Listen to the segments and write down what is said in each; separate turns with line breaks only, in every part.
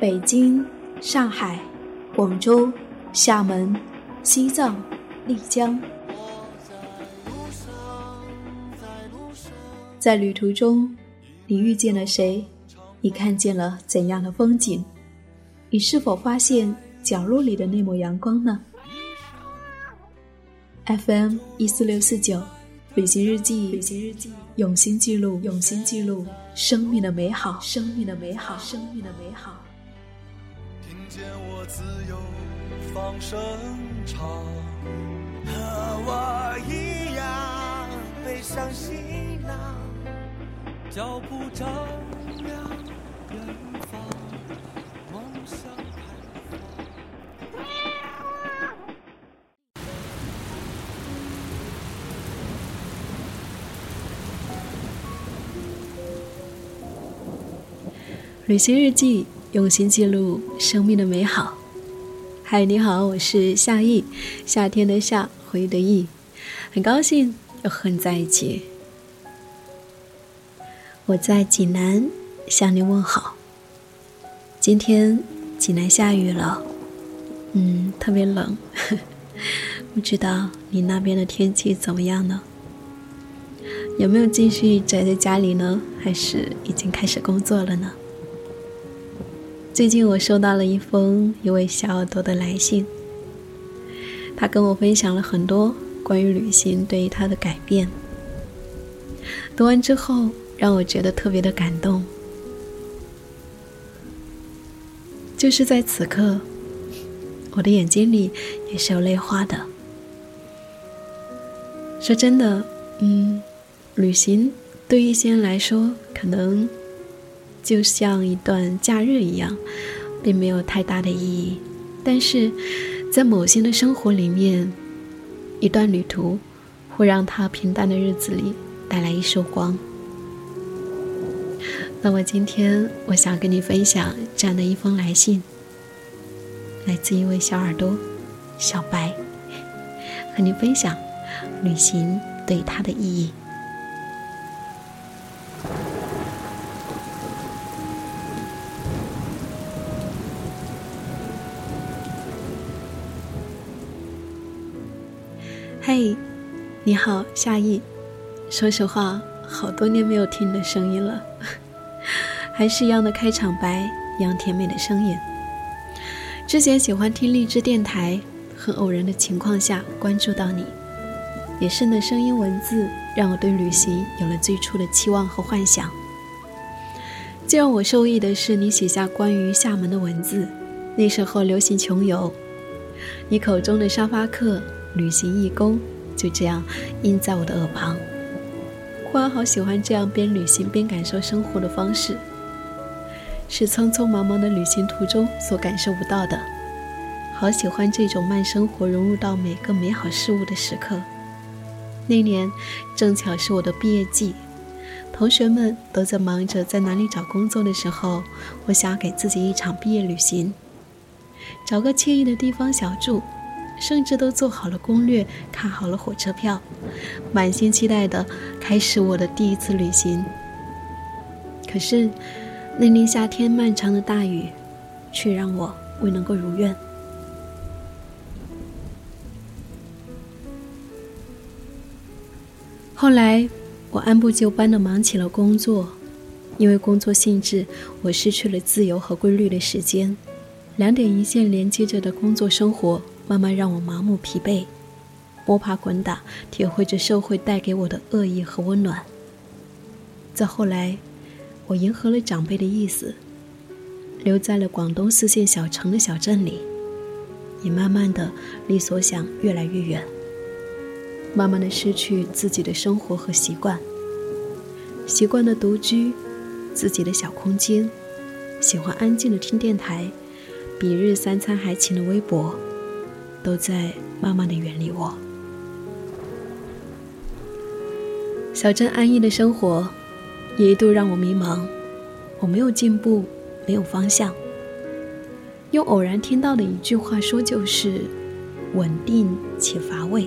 北京、上海、广州、厦门、西藏、丽江。在旅途中，你遇见了谁？你看见了怎样的风景？你是否发现角落里的那抹阳光呢？ FM 14649旅行日记，用心记录生命的美好。听
见我自由放声唱，和我一样背上行囊，脚步丈量远方，梦想开放。
旅行日记，用心记录生命的美好。嗨，你好，我是夏意，夏天的夏，回忆的忆，很高兴又和你在一起。我在济南向你问好。今天济南下雨了，特别冷，不知道你那边的天气怎么样呢？有没有继续宅在家里呢？还是已经开始工作了呢？最近我收到了一位小耳朵的来信，他跟我分享了很多关于旅行对于他的改变。读完之后让我觉得特别的感动，就是在此刻我的眼睛里也是有泪花的。说真的，旅行对于一些人来说可能就像一段假日一样，并没有太大的意义，但是在某些的生活里面，一段旅途会让他平淡的日子里带来一束光。那么今天我想跟你分享这样的一封来信，来自一位小耳朵小白，和你分享旅行对他的意义。嘿，你好，夏意。说实话，好多年没有听你的声音了，还是一样的开场白，一样甜美的声音。之前喜欢听荔枝电台，很偶然的情况下关注到你，也是你的声音文字让我对旅行有了最初的期望和幻想。最让我受益的是你写下关于厦门的文字，那时候流行穷游，你口中的沙发客、旅行义工就这样印在我的耳旁。忽然好喜欢这样边旅行边感受生活的方式，是匆匆忙忙的旅行途中所感受不到的。好喜欢这种慢生活融入到每个美好事物的时刻。那年正巧是我的毕业季，同学们都在忙着在哪里找工作的时候，我想要给自己一场毕业旅行，找个惬意的地方小住，甚至都做好了攻略，看好了火车票，满心期待地开始我的第一次旅行。可是那年夏天漫长的大雨却让我未能够如愿。后来我按部就班地忙起了工作，因为工作性质，我失去了自由和规律的时间，两点一线连接着的工作生活慢慢让我麻木疲惫，摸爬滚打，体会着社会带给我的恶意和温暖。再后来，我迎合了长辈的意思，留在了广东4线小城的小镇里，也慢慢的离所想越来越远，慢慢的失去自己的生活和习惯，习惯的独居，自己的小空间，喜欢安静的听电台，比日3餐还勤的微博，都在慢慢的远离我。小镇安逸的生活也一度让我迷茫，我没有进步，没有方向。用偶然听到的一句话说，就是稳定且乏味。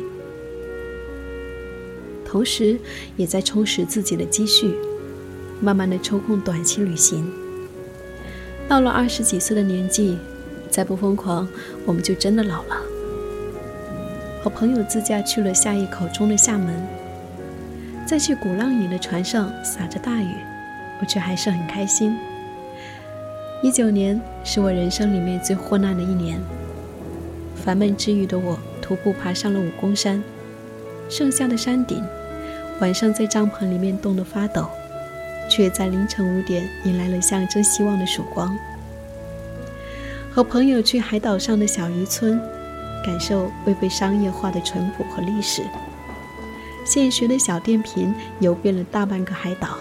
同时也在充实自己的积蓄，慢慢的抽空短期旅行。 到了20几岁的年纪，再不疯狂，我们就真的老了。和朋友自驾去了夏邑口中的厦门，在去鼓浪屿的船上洒着大雨，我却还是很开心。19年是我人生里面最祸难的一年，烦闷之余的我徒步爬上了武功山，盛夏的山顶，晚上在帐篷里面冻得发抖，却在凌晨5点迎来了象征希望的曙光。和朋友去海岛上的小渔村，感受未被商业化的淳朴和历史。现学的小电瓶游遍了大半个海岛，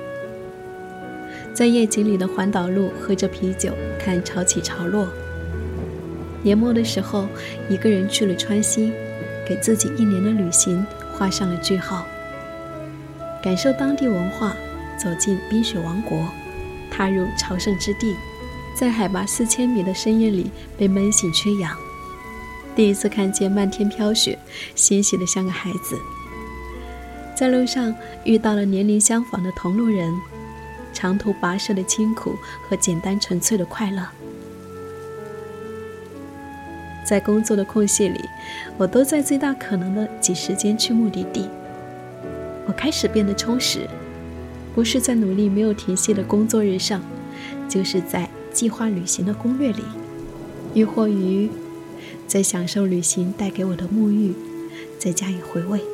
在夜景里的环岛路喝着啤酒，看潮起潮落。年末的时候，一个人去了川西，给自己1年的旅行画上了句号。感受当地文化，走进冰雪王国，踏入朝圣之地，在海拔4000米的深夜里被闷醒缺氧。第一次看见漫天飘雪，欣喜得像个孩子。在路上遇到了年龄相仿的同路人，长途跋涉的清苦和简单纯粹的快乐。在工作的空隙里，我都在最大可能的挤时间去目的地。我开始变得充实，不是在努力没有停歇的工作日上，就是在计划旅行的攻略里，亦或于在享受旅行带给我的沐浴，再加以回味。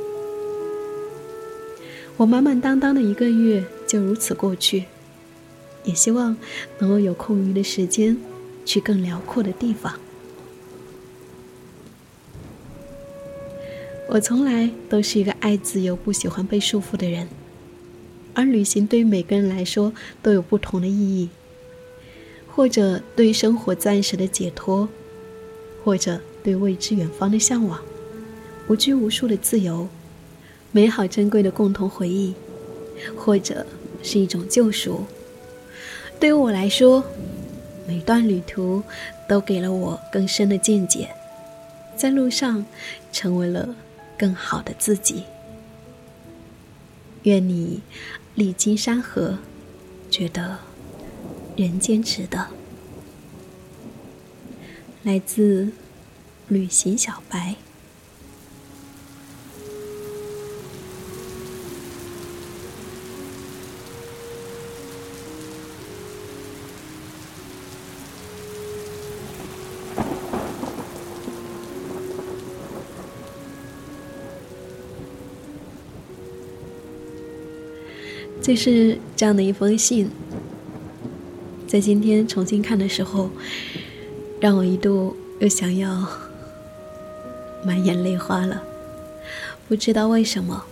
我满满当当的1个月就如此过去，也希望能够有空余的时间去更辽阔的地方。我从来都是一个爱自由不喜欢被束缚的人，而旅行对于每个人来说都有不同的意义，或者对生活暂时的解脱，或者对未知远方的向往，无拘无束的自由，美好珍贵的共同回忆，或者是一种救赎。对于我来说，每段旅途都给了我更深的见解，在路上成为了更好的自己。愿你历经山河，觉得人间值得。来自旅行小白。就是这样的一封信，在今天重新看的时候，让我一度又想要满眼泪花了。不知道为什么，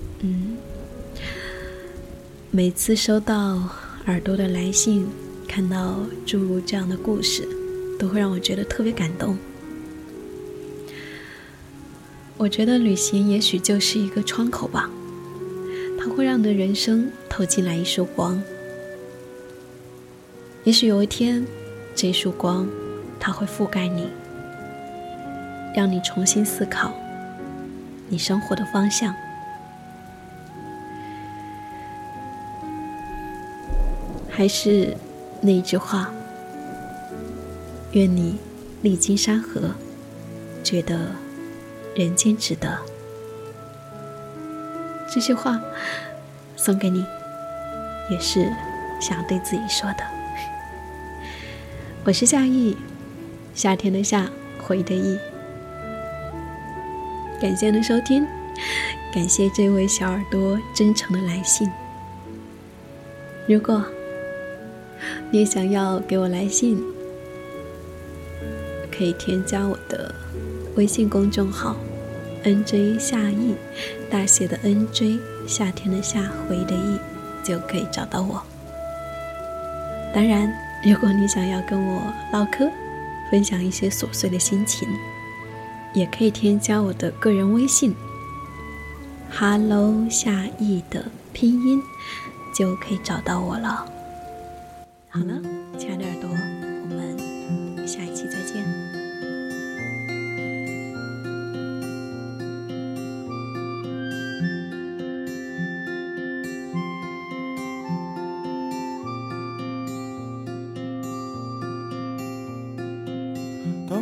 每次收到耳朵的来信，看到诸如这样的故事，都会让我觉得特别感动。我觉得旅行也许就是一个窗口吧，它会让你的人生透进来一束光。也许有一天，这束光它会覆盖你，让你重新思考你生活的方向。还是那一句话，愿你历经山河，觉得人间值得。这些话送给你，也是想对自己说的。我是夏意，夏天的夏，回的意。感谢你的收听，感谢这位小耳朵真诚的来信。如果你也想要给我来信，可以添加我的微信公众号 NJ 夏意，大写的 NJ， 夏天的夏，回的意，就可以找到我。当然，如果你想要跟我唠嗑，分享一些琐碎的心情，也可以添加我的个人微信 Hello 夏意的拼音，就可以找到我了。好了，亲爱的耳朵，我们下一期再见。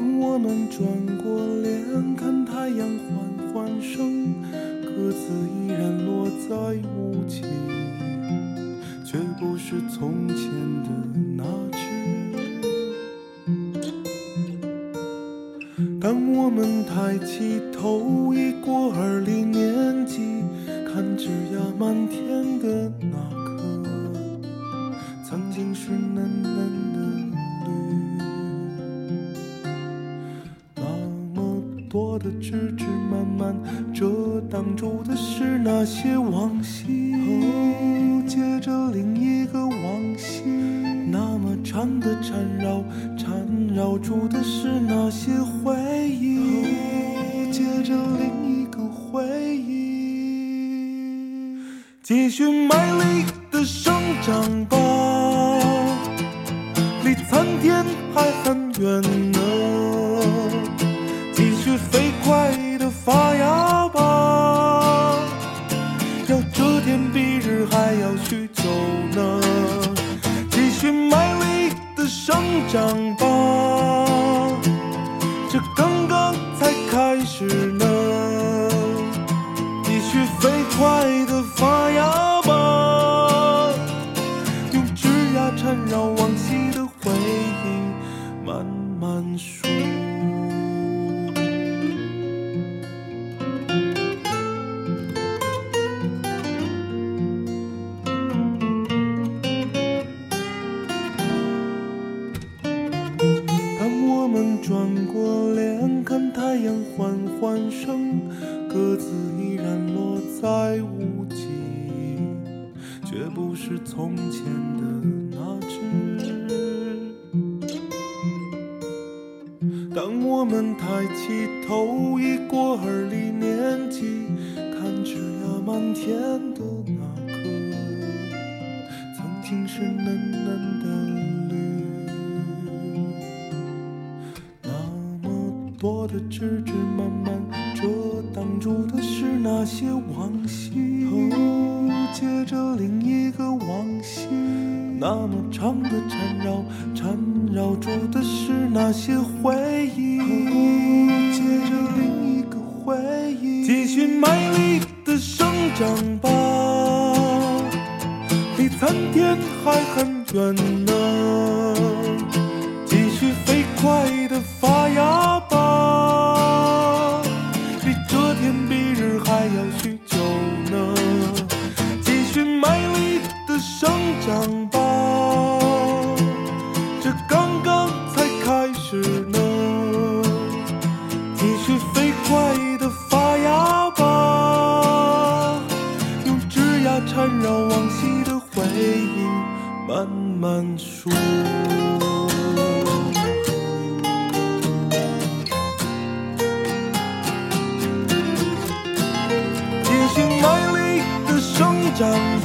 当我们转过脸看太阳缓缓升，鸽子依然落在无际，却不是从前的那只。当我们抬起头，已过20年纪，看枝桠满天的那颗，曾经是嫩嫩的绿。那么多的枝枝蔓蔓，遮挡住的是那些往昔，接着另一个往昔，那么长的缠绕住的是那些回忆，接着另一个回忆，继续卖力的生长吧，离参天还很远呢，继续飞快的发芽吧，要遮天蔽日还要许久呢，继续卖力的生长吧，这刚刚才开始呢，继续飞快的发芽吧，用枝桠缠绕往昔的回忆慢慢数。转过脸看太阳缓缓升，鸽子依然落在无际，却不是从前的那只。当我们抬起头，已过20年纪，看枝桠满天的那颗，曾经是嫩嫩的多的枝枝蔓蔓，遮挡住的是那些往昔，接着另一个往昔，那么长的缠绕住的是那些回忆，接着另一个回忆，继续卖力的生长吧，离参天还很远呢，继续飞快的发芽吧，离遮天蔽日还要许久呢，继续卖力的生长吧，这刚刚才开始呢，继续飞快的发芽吧，用枝桠缠绕往昔的回忆慢慢数。卖力的生长吧，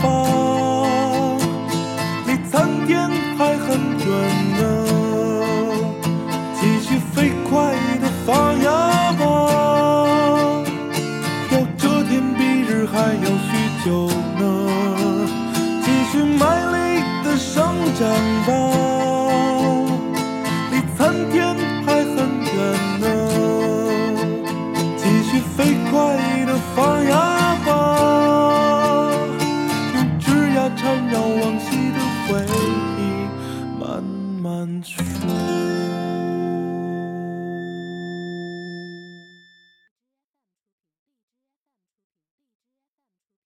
离参天还很远呢，继续飞快的发芽吧，要遮天蔽日还要许久呢，继续卖力的生长吧，离参天还很远呢，继续飞快的发芽吧，缠绕往昔的回忆